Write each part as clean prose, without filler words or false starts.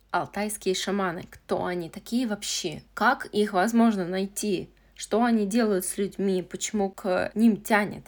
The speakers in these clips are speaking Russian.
Алтайские шаманы. Кто они такие вообще? Как их возможно найти? Что они делают с людьми? Почему к ним тянет?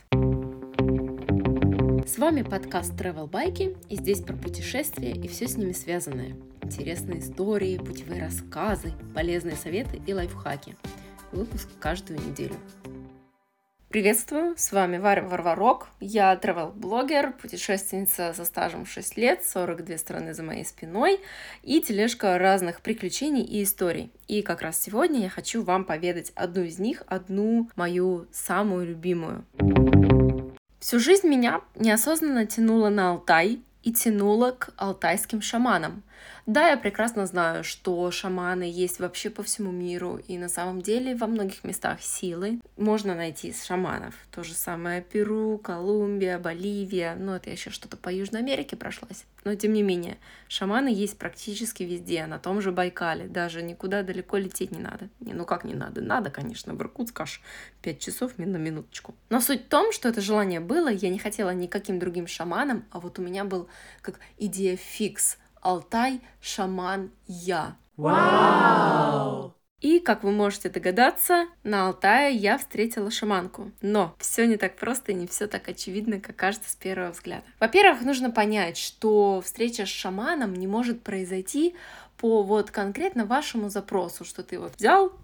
С вами подкаст Travel Байки, и здесь про путешествия и все с ними связанное. Интересные истории, путевые рассказы, полезные советы и лайфхаки. Выпуск каждую неделю. Приветствую, с вами Варя Варварок, я travel-блогер, путешественница со стажем 6 лет, 42 страны за моей спиной и тележка разных приключений и историй. И как раз сегодня я хочу вам поведать одну из них, одну мою самую любимую. Всю жизнь меня неосознанно тянуло на Алтай и тянуло к алтайским шаманам. Да, я прекрасно знаю, что шаманы есть вообще по всему миру, и на самом деле во многих местах силы можно найти шаманов. То же самое Перу, Колумбия, Боливия, это я еще что-то по Южной Америке прошлась. Но тем не менее, шаманы есть практически везде, на том же Байкале, даже никуда далеко лететь не надо. Как не надо? Надо, конечно, в Иркутск аж 5 часов на минуточку. Но суть в том, что это желание было, я не хотела никаким другим шаманом, а вот у меня был как идея фикс. Алтай, шаман, я. Вау! И, как вы можете догадаться, на Алтае я встретила шаманку. Но все не так просто и не все так очевидно, как кажется с первого взгляда. Во-первых, нужно понять, что встреча с шаманом не может произойти по конкретно вашему запросу, что ты взял,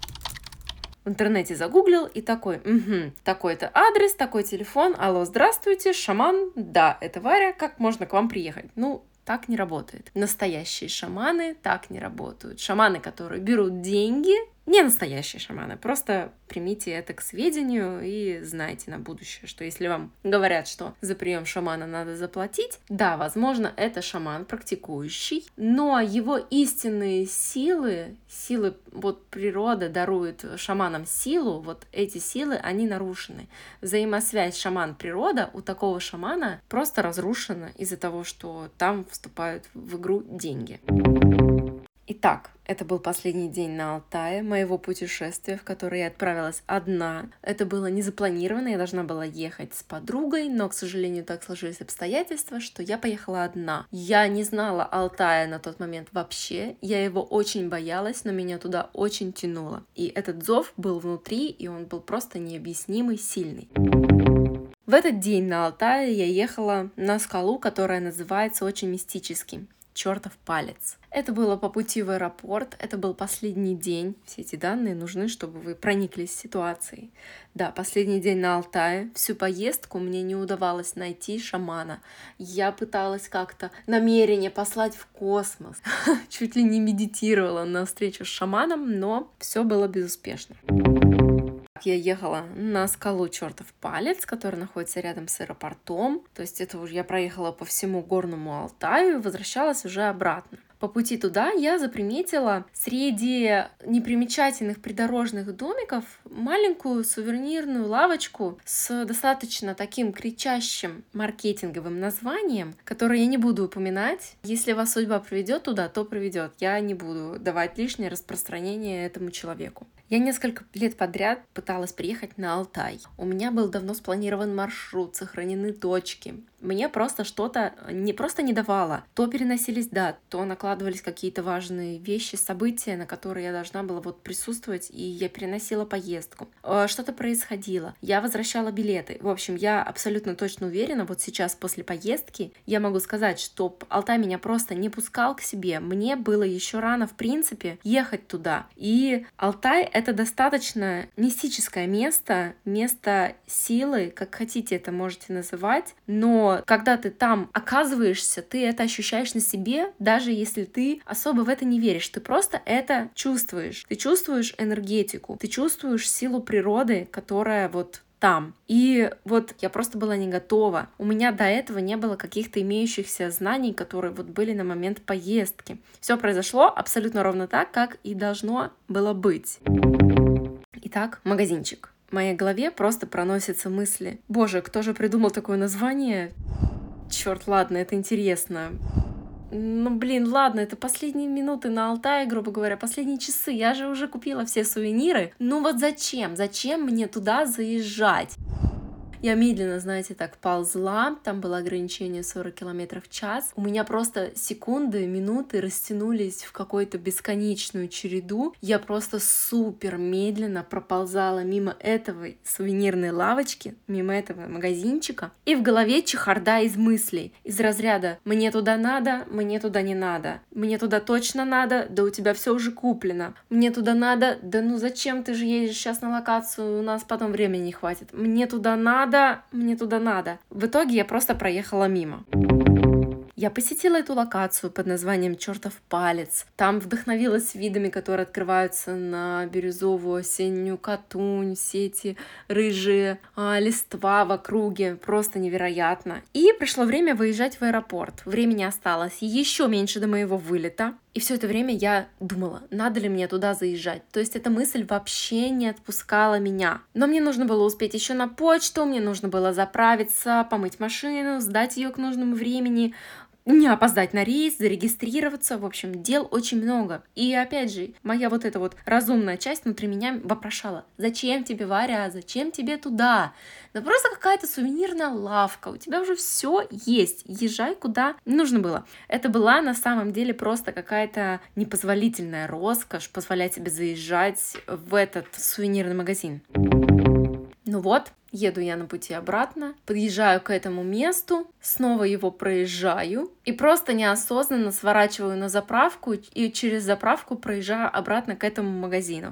в интернете загуглил и такой, такой-то адрес, такой телефон, алло, здравствуйте, шаман, да, это Варя, как можно к вам приехать? Так не работает. Настоящие шаманы так не работают. Шаманы, которые берут деньги, не настоящие шаманы. Просто примите это к сведению и знайте на будущее, что если вам говорят, что за прием шамана надо заплатить, да, возможно, это шаман практикующий, но его истинные силы природа дарует шаманам силу, эти силы, они нарушены. Взаимосвязь шаман-природа у такого шамана просто разрушена из-за того, что там вступают в игру деньги. Итак, это был последний день на Алтае моего путешествия, в которое я отправилась одна. Это было не запланировано, я должна была ехать с подругой, но, к сожалению, так сложились обстоятельства, что я поехала одна. Я не знала Алтая на тот момент вообще, я его очень боялась, но меня туда очень тянуло. И этот зов был внутри, и он был просто необъяснимый, сильный. В этот день на Алтае я ехала на скалу, которая называется очень мистически «Чертов палец». Это было по пути в аэропорт, это был последний день. Все эти данные нужны, чтобы вы прониклись ситуацией. Да, последний день на Алтае. Всю поездку мне не удавалось найти шамана. Я пыталась как-то намерение послать в космос. Чуть ли не медитировала на встречу с шаманом, но все было безуспешно. Я ехала на скалу Чертов палец, которая находится рядом с аэропортом. То есть это уже я проехала по всему горному Алтаю и возвращалась уже обратно. По пути туда я заприметила среди непримечательных придорожных домиков маленькую сувенирную лавочку с достаточно таким кричащим маркетинговым названием, которое я не буду упоминать. Если вас судьба приведет туда, то приведет. Я не буду давать лишнее распространение этому человеку. Я несколько лет подряд пыталась приехать на Алтай. У меня был давно спланирован маршрут, сохранены точки. Мне просто что-то не давало. То переносились даты, то накладывались какие-то важные вещи, события, на которые я должна была присутствовать, и я переносила поездку. Что-то происходило. Я возвращала билеты. В общем, я абсолютно точно уверена, сейчас после поездки я могу сказать, что Алтай меня просто не пускал к себе. Мне было еще рано, в принципе, ехать туда. И Алтай — это достаточно мистическое место силы, как хотите это можете называть, но когда ты там оказываешься, ты это ощущаешь на себе, даже если ты особо в это не веришь, ты просто это чувствуешь. Ты чувствуешь энергетику, ты чувствуешь силу природы, которая там. И я просто была не готова. У меня до этого не было каких-то имеющихся знаний, которые были на момент поездки. Все произошло абсолютно ровно так, как и должно было быть. Итак, магазинчик. В моей голове просто проносятся мысли. Боже, кто же придумал такое название? Черт, ладно, это интересно. Ладно, это последние минуты на Алтае, грубо говоря, последние часы. Я же уже купила все сувениры. Зачем? Зачем мне туда заезжать? Я медленно, знаете, так ползла, там было ограничение 40 км в час. У меня просто секунды, минуты растянулись в какую-то бесконечную череду. Я просто супер медленно проползала мимо этой сувенирной лавочки, мимо этого магазинчика. И в голове чехарда из мыслей, из разряда «мне туда надо, мне туда не надо, мне туда точно надо, да у тебя все уже куплено, мне туда надо, да ну зачем ты же едешь сейчас на локацию, у нас потом времени не хватит, мне туда надо, мне туда надо». В итоге я просто проехала мимо. Я посетила эту локацию под названием «Чертов палец». Там вдохновилась видами, которые открываются на бирюзовую осеннюю Катунь, все эти рыжие листва в округе. Просто невероятно. И пришло время выезжать в аэропорт. Времени осталось еще меньше до моего вылета. И все это время я думала, надо ли мне туда заезжать. То есть эта мысль вообще не отпускала меня. Но мне нужно было успеть еще на почту, мне нужно было заправиться, помыть машину, сдать ее к нужному времени, не опоздать на рейс, зарегистрироваться. В общем, дел очень много. И опять же, моя вот эта вот разумная часть внутри меня вопрошала: зачем тебе, Варя, зачем тебе туда? Да просто какая-то сувенирная лавка, у тебя уже все есть, езжай куда нужно было. Это была на самом деле просто какая-то непозволительная роскошь позволять себе заезжать в этот сувенирный магазин. Ну вот, еду я на пути обратно, подъезжаю к этому месту, снова его проезжаю и просто неосознанно сворачиваю на заправку и через заправку проезжаю обратно к этому магазину.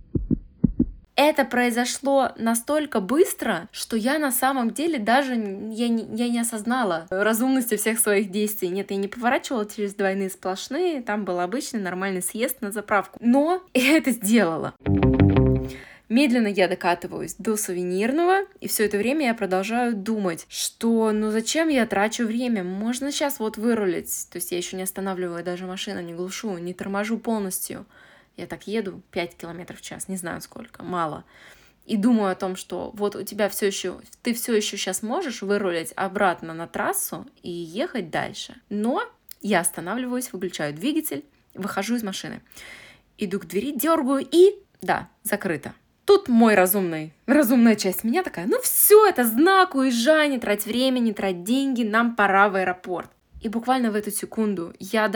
Это произошло настолько быстро, что я на самом деле даже я не осознала разумности всех своих действий. Нет, я не поворачивала через двойные сплошные, там был обычный нормальный съезд на заправку. Но я это сделала. Медленно я докатываюсь до сувенирного, и все это время я продолжаю думать, что ну зачем я трачу время, можно сейчас вот вырулить. То есть я еще не останавливаю даже машину, не глушу, не торможу полностью. Я так еду 5 км в час, не знаю сколько, мало. И думаю о том, что вот у тебя ты все еще сейчас можешь вырулить обратно на трассу и ехать дальше. Но я останавливаюсь, выключаю двигатель, выхожу из машины. Иду к двери, дергаю и да, закрыто. Тут разумная часть меня такая: ну все, это знак, уезжай, не трать время, не трать деньги, нам пора в аэропорт. И буквально в эту секунду я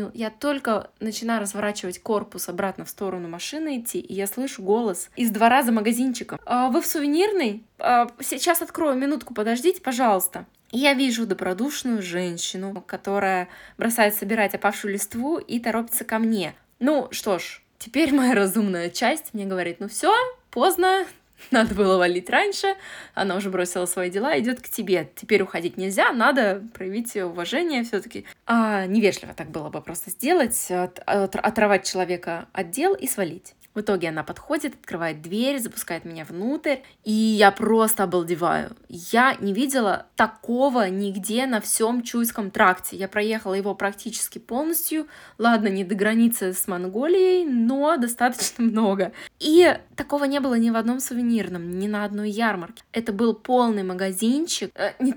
только начинаю разворачивать корпус обратно в сторону машины идти, и я слышу голос из двора за магазинчиком: вы в сувенирный? Сейчас открою, минутку, подождите, пожалуйста. И я вижу добродушную женщину, которая бросает собирать опавшую листву и торопится ко мне. Ну что ж, теперь моя разумная часть мне говорит: ну все, поздно, надо было валить раньше, она уже бросила свои дела, идет к тебе. Теперь уходить нельзя, надо проявить уважение все-таки. Невежливо так было бы просто сделать, оторвать человека от дел и свалить. В итоге она подходит, открывает дверь, запускает меня внутрь, и я просто обалдеваю. Я не видела такого нигде на всем Чуйском тракте. Я проехала его практически полностью. Ладно, не до границы с Монголией, но достаточно много. И такого не было ни в одном сувенирном, ни на одной ярмарке. Это был полный магазинчик.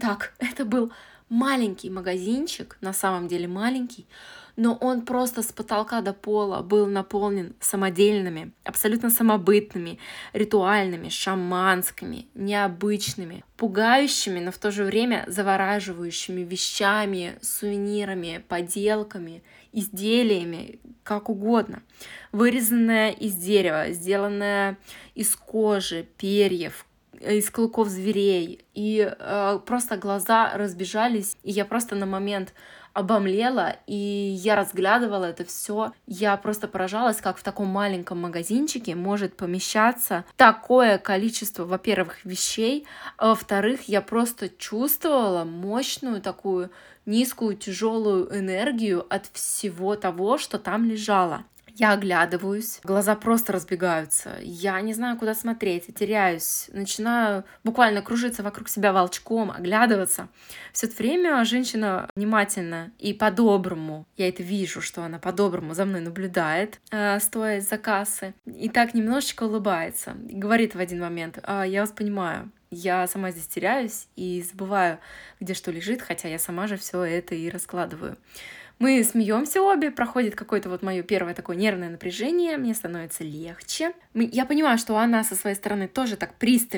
Это был маленький магазинчик, на самом деле маленький, но он просто с потолка до пола был наполнен самодельными, абсолютно самобытными, ритуальными, шаманскими, необычными, пугающими, но в то же время завораживающими вещами, сувенирами, поделками, изделиями, как угодно. Вырезанное из дерева, сделанное из кожи, перьев, из клыков зверей. И просто глаза разбежались, и я просто на момент обомлела, и я разглядывала это все. Я просто поражалась, как в таком маленьком магазинчике может помещаться такое количество, во-первых, вещей, а во-вторых, я просто чувствовала мощную такую низкую, тяжелую энергию от всего того, что там лежало. Я оглядываюсь, глаза просто разбегаются, я не знаю, куда смотреть, я теряюсь, начинаю буквально кружиться вокруг себя волчком, оглядываться. Все это время женщина внимательно и по-доброму, я это вижу, что она по-доброму за мной наблюдает, стоя из-за кассы, и так немножечко улыбается, и говорит в один момент: я вас понимаю. Я сама здесь теряюсь и забываю, где что лежит, хотя я сама же все это и раскладываю. Мы смеемся обе, проходит какое-то вот мое первое такое нервное напряжение, мне становится легче. Я понимаю, что она со своей стороны тоже так пристально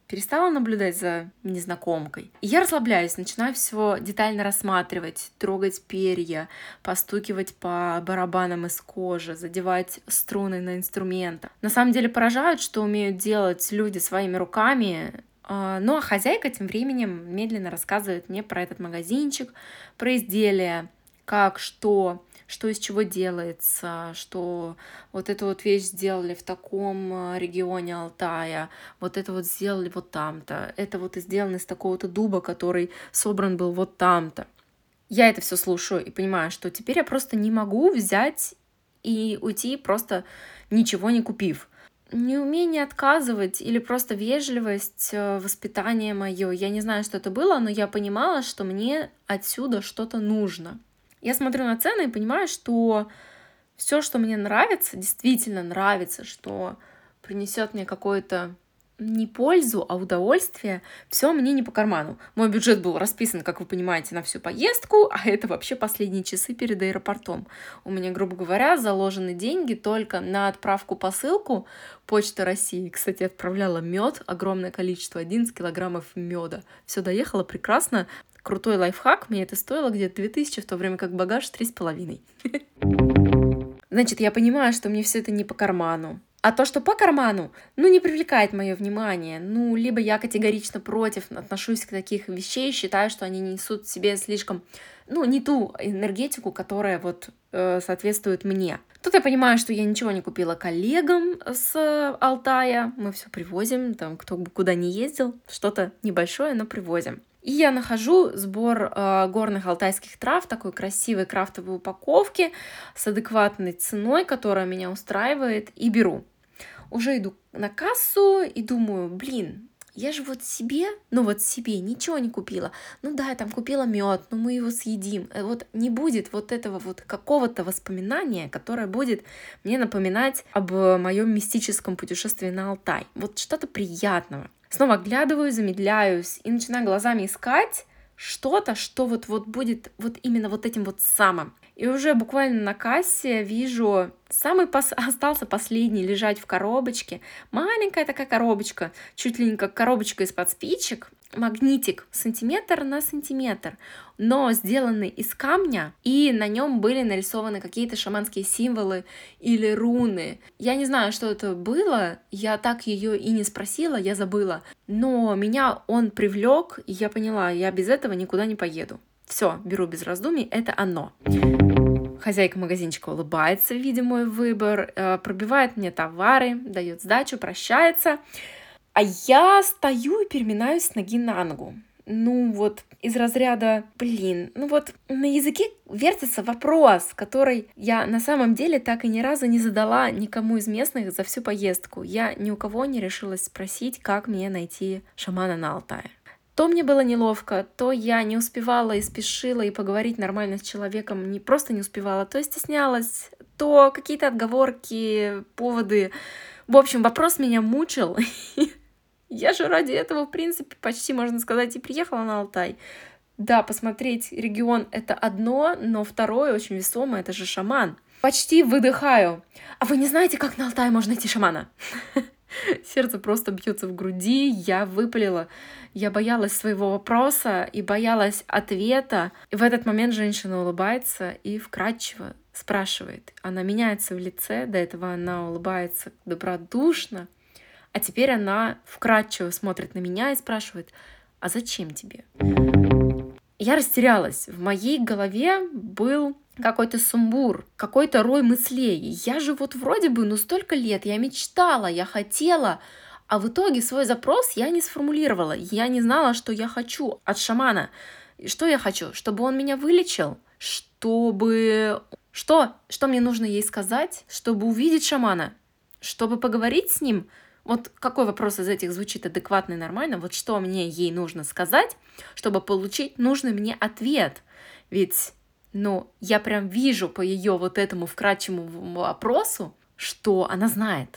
перестала наблюдать за незнакомкой. И я расслабляюсь, начинаю все детально рассматривать, трогать перья, постукивать по барабанам из кожи, задевать струны на инструментах. На самом деле поражают, что умеют делать люди своими руками. Ну а хозяйка тем временем медленно рассказывает мне про этот магазинчик, про изделия, как, что из чего делается, что вот эту вот вещь сделали в таком регионе Алтая, вот это вот сделали вот там-то, это вот сделано из такого-то дуба, который собран был вот там-то. Я это все слушаю и понимаю, что теперь я просто не могу взять и уйти, просто ничего не купив. Неумение отказывать или просто вежливость, воспитание мое, я не знаю, что это было, но я понимала, что мне отсюда что-то нужно. Я смотрю на цены и понимаю, что все, что мне нравится, действительно нравится, что принесет мне какое-то не пользу, а удовольствие, все мне не по карману. Мой бюджет был расписан, как вы понимаете, на всю поездку, а это вообще последние часы перед аэропортом. У меня, грубо говоря, заложены деньги только на отправку посылку. Почта России, кстати, отправляла мед, огромное количество, 11 килограммов меда. Все доехало прекрасно. Крутой лайфхак, мне это стоило где-то 2000, в то время как багаж 3,5. Значит, я понимаю, что мне все это не по карману. А то, что по карману, не привлекает мое внимание. Либо я категорично против, отношусь к таких вещей, считаю, что они несут в себе слишком, не ту энергетику, которая соответствует мне. Тут я понимаю, что я ничего не купила коллегам с Алтая. Мы все привозим, там кто бы куда ни ездил, что-то небольшое, но привозим. И я нахожу сбор горных алтайских трав, такой красивой крафтовой упаковки с адекватной ценой, которая меня устраивает, и беру. Уже иду на кассу и думаю, я же себе ничего не купила. Да, я там купила мед, но мы его съедим. Вот не будет вот этого вот какого-то воспоминания, которое будет мне напоминать об моем мистическом путешествии на Алтай. Вот что-то приятного. Снова оглядываюсь, замедляюсь и начинаю глазами искать что-то, что вот будет вот именно вот этим вот самым. И уже буквально на кассе вижу остался последний лежать в коробочке. Маленькая такая коробочка, чуть ли не как коробочка из-под спичек. Магнитик сантиметр на сантиметр, но сделанный из камня, и на нем были нарисованы какие-то шаманские символы или руны. Я не знаю, что это было, я так ее и не спросила, я забыла, но меня он привлек, и я поняла, я без этого никуда не поеду. Все, беру без раздумий, это оно. Хозяйка магазинчика улыбается, видя мой выбор, пробивает мне товары, дает сдачу, прощается. А я стою и переминаюсь с ноги на ногу. Из разряда, на языке вертится вопрос, который я на самом деле так и ни разу не задала никому из местных за всю поездку. Я ни у кого не решилась спросить, как мне найти шамана на Алтае. То мне было неловко, то я не успевала и спешила, и поговорить нормально с человеком не просто не успевала, то стеснялась, то какие-то отговорки, поводы. В общем, вопрос меня мучил. Я же ради этого, в принципе, почти, можно сказать, и приехала на Алтай. Да, посмотреть регион — это одно, но второе, очень весомое, это же шаман. Почти выдыхаю. А вы не знаете, как на Алтае можно найти шамана? Сердце просто бьется в груди, я выпалила. Я боялась своего вопроса и боялась ответа. И в этот момент женщина улыбается и вкратчиво спрашивает. Она меняется в лице, до этого она улыбается добродушно, а теперь она вкратчиво смотрит на меня и спрашивает: «А зачем тебе?» Я растерялась. В моей голове был какой-то сумбур, какой-то рой мыслей. Я же вроде бы, столько лет, я мечтала, я хотела, а в итоге свой запрос я не сформулировала. Я не знала, что я хочу от шамана. Что я хочу? Чтобы он меня вылечил? Чтобы... Что мне нужно ей сказать? Чтобы увидеть шамана? Чтобы поговорить с ним? Какой вопрос из этих звучит адекватно и нормально? Что мне ей нужно сказать, чтобы получить нужный мне ответ? Ведь, я прям вижу по ее этому вкратчивому вопросу, что она знает.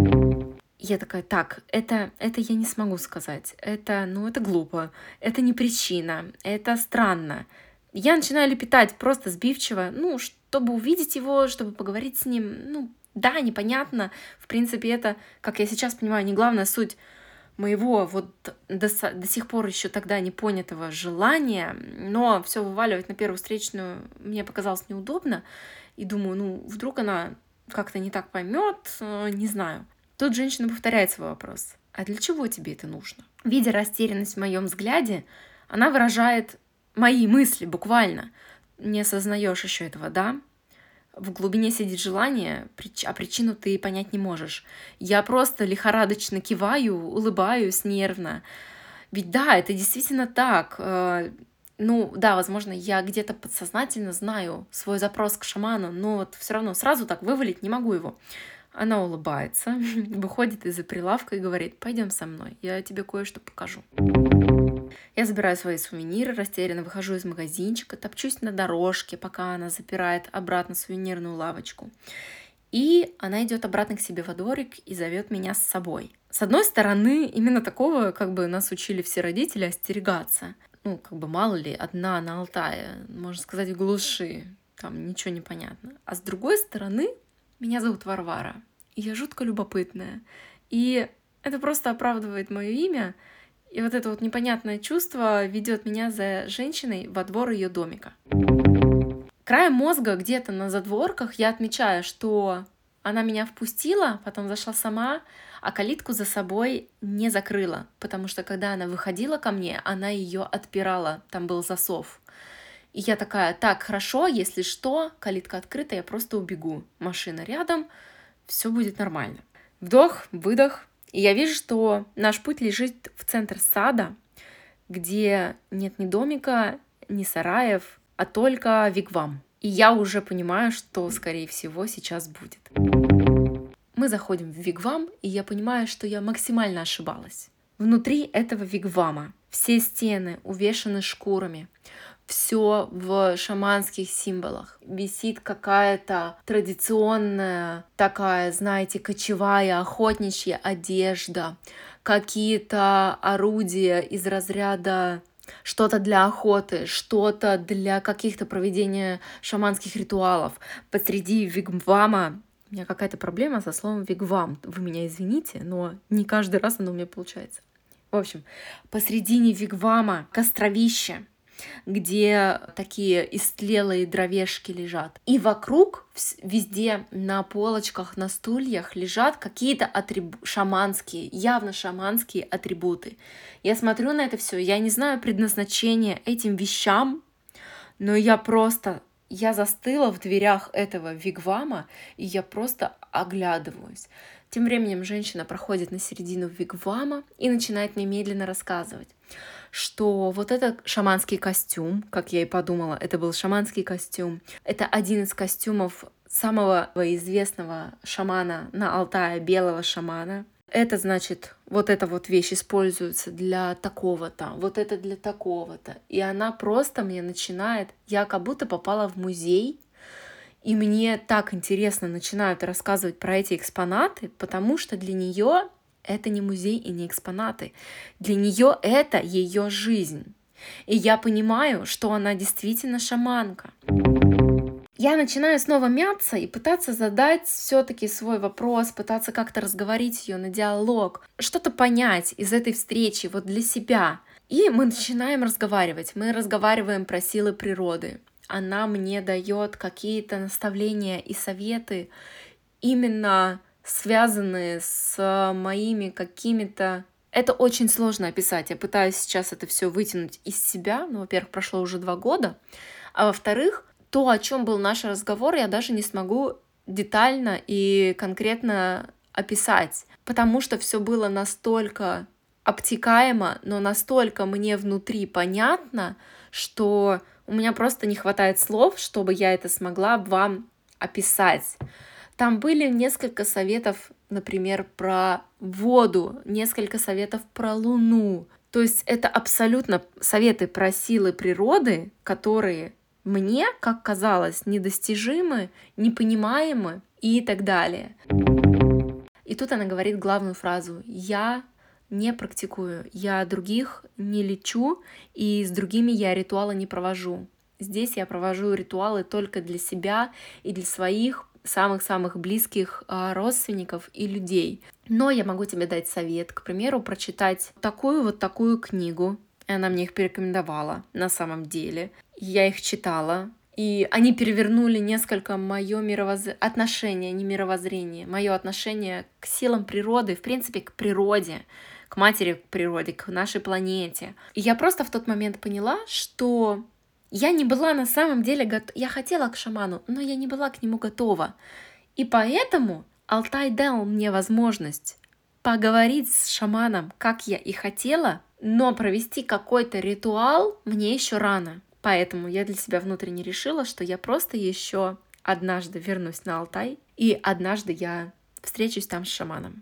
Я такая, это я не смогу сказать. Это глупо. Это не причина. Это странно. Я начинаю лепетать просто сбивчиво, чтобы увидеть его, чтобы поговорить с ним. Да, непонятно. В принципе, это, как я сейчас понимаю, не главная суть моего вот до сих пор еще тогда непонятого желания, но все вываливать на первую встречную мне показалось неудобно. И думаю, ну, вдруг она как-то не так поймет, не знаю. Тут женщина повторяет свой вопрос. А для чего тебе это нужно? Видя растерянность в моем взгляде, она выражает мои мысли буквально. Не осознаешь еще этого, да? В глубине сидит желание, а причину ты понять не можешь. Я просто лихорадочно киваю, улыбаюсь нервно. Ведь да, это действительно так. Ну да, возможно, я где-то подсознательно знаю свой запрос к шаману, но вот все равно сразу так вывалить не могу его. Она улыбается, выходит из-за прилавка и говорит: пойдем со мной, я тебе кое-что покажу. Я забираю свои сувениры, растерянно выхожу из магазинчика, топчусь на дорожке, пока она запирает обратно сувенирную лавочку. И она идет обратно к себе во дворик и зовет меня с собой. С одной стороны, именно такого, как бы нас учили все родители, остерегаться. Ну, как бы мало ли, одна на Алтае, можно сказать, в глуши, там ничего не понятно. А с другой стороны, меня зовут Варвара, и я жутко любопытная. И это просто оправдывает мое имя, и вот это вот непонятное чувство ведет меня за женщиной во двор ее домика. Краем мозга где-то на задворках я отмечаю, что она меня впустила, потом зашла сама, а калитку за собой не закрыла, потому что когда она выходила ко мне, она ее отпирала, там был засов. И я такая: так, хорошо, если что, калитка открыта, я просто убегу. Машина рядом, все будет нормально. Вдох, выдох. И я вижу, что наш путь лежит в центр сада, где нет ни домика, ни сараев, а только вигвам. И я уже понимаю, что, скорее всего, сейчас будет. Мы заходим в вигвам, и я понимаю, что я максимально ошибалась. Внутри этого вигвама все стены увешаны шкурами, все в шаманских символах. Висит какая-то традиционная такая, знаете, кочевая охотничья одежда, какие-то орудия из разряда что-то для охоты, что-то для каких-то проведения шаманских ритуалов. Посреди вигвама у меня какая-то проблема со словом вигвам. Вы меня извините, но не каждый раз оно у меня получается. В общем, посредине вигвама костровище, где такие истлелые дровешки лежат. И вокруг везде на полочках, на стульях лежат какие-то шаманские, явно шаманские атрибуты. Я смотрю на это все, я не знаю предназначения этим вещам, но я застыла в дверях этого вигвама, и я просто оглядываюсь. Тем временем женщина проходит на середину вигвама и начинает мне медленно рассказывать, что вот этот шаманский костюм, как я и подумала, это был шаманский костюм. Это один из костюмов самого известного шамана на Алтае, белого шамана. Это значит, вот эта вот вещь используется для такого-то, вот это для такого-то. И она просто мне начинает, я как будто попала в музей, и мне так интересно начинают рассказывать про эти экспонаты, потому что для нее это не музей и не экспонаты. Для нее это ее жизнь. И я понимаю, что она действительно шаманка. Я начинаю снова мяться и пытаться задать все-таки свой вопрос, пытаться как-то разговорить ее на диалог, что-то понять из этой встречи вот для себя. И мы начинаем разговаривать. Мы разговариваем про силы природы. Она мне дает какие-то наставления и советы, именно связанные с моими какими-то... Это очень сложно описать. Я пытаюсь сейчас это все вытянуть из себя. Ну, во-первых, прошло уже 2 года. А во-вторых, то, о чем был наш разговор, я даже не смогу детально и конкретно описать, потому что все было настолько обтекаемо, но настолько мне внутри понятно, что у меня просто не хватает слов, чтобы я это смогла вам описать. Там были несколько советов, например, про воду, несколько советов про Луну. То есть это абсолютно советы про силы природы, которые мне, как казалось, недостижимы, непонимаемы и так далее. И тут она говорит главную фразу: «Я не практикую, я других не лечу, и с другими я ритуалы не провожу. Здесь я провожу ритуалы только для себя и для своих самых-самых близких родственников и людей. Но я могу тебе дать совет, к примеру, прочитать такую книгу. И она мне их порекомендовала на самом деле. Я их читала, и они перевернули несколько мое отношение, не мировоззрение, мое отношение к силам природы, в принципе, к природе, к матери природе, к нашей планете. И я просто в тот момент поняла, что я не была на самом деле готова. Я хотела к шаману, но я не была к нему готова. И поэтому Алтай дал мне возможность поговорить с шаманом, как я и хотела, но провести какой-то ритуал мне еще рано. Поэтому я для себя внутренне решила, что я просто еще однажды вернусь на Алтай, и однажды я встречусь там с шаманом.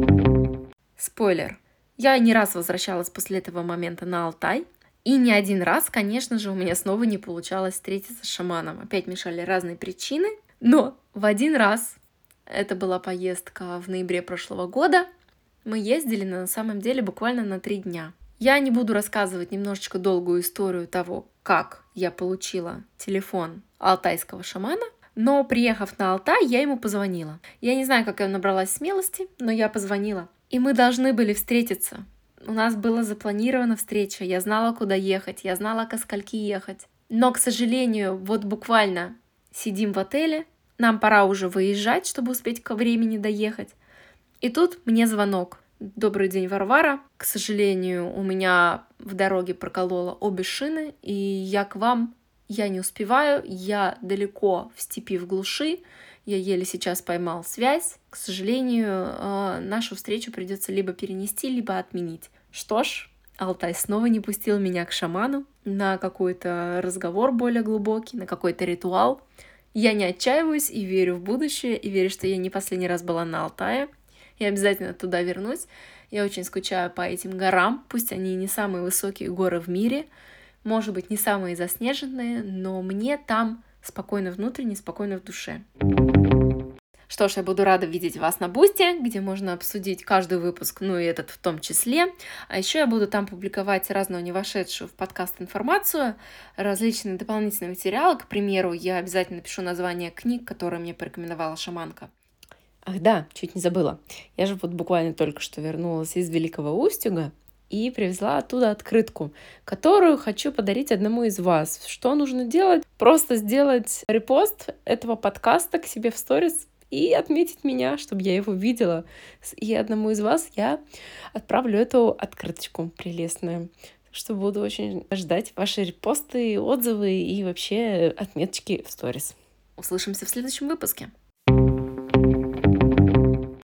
Спойлер. Я не раз возвращалась после этого момента на Алтай, и не один раз, конечно же, у меня снова не получалось встретиться с шаманом. Опять мешали разные причины, но в один раз, это была поездка в ноябре прошлого года, мы ездили на самом деле буквально на 3 дня. Я не буду рассказывать немножечко долгую историю того, как я получила телефон алтайского шамана, но приехав на Алтай, я ему позвонила. Я не знаю, как я набралась смелости, но я позвонила. И мы должны были встретиться. У нас была запланирована встреча, я знала, куда ехать, я знала, ко скольки ехать. Но, к сожалению, вот буквально сидим в отеле, нам пора уже выезжать, чтобы успеть ко времени доехать. И тут мне звонок. Добрый день, Варвара. К сожалению, у меня в дороге проколола обе шины, и я к вам, я не успеваю, я далеко в степи, в глуши, я еле сейчас поймал связь. К сожалению, нашу встречу придется либо перенести, либо отменить. Что ж, Алтай снова не пустил меня к шаману на какой-то разговор более глубокий, на какой-то ритуал. Я не отчаиваюсь и верю в будущее, и верю, что я не последний раз была на Алтае. Я обязательно туда вернусь. Я очень скучаю по этим горам. Пусть они не самые высокие горы в мире, может быть, не самые заснеженные, но мне там спокойно внутренне, спокойно в душе. Что ж, я буду рада видеть вас на Бусти, где можно обсудить каждый выпуск, ну и этот в том числе. А еще я буду там публиковать разную не вошедшую в подкаст информацию, различные дополнительные материалы. К примеру, я обязательно напишу название книг, которые мне порекомендовала шаманка. Ах да, чуть не забыла. Я же вот буквально только что вернулась из Великого Устюга и привезла оттуда открытку, которую хочу подарить одному из вас. Что нужно делать? Просто сделать репост этого подкаста к себе в сторис и отметить меня, чтобы я его видела. И одному из вас я отправлю эту открыточку прелестную. Так что буду очень ждать ваши репосты, отзывы и вообще отметочки в сторис. Услышимся в следующем выпуске.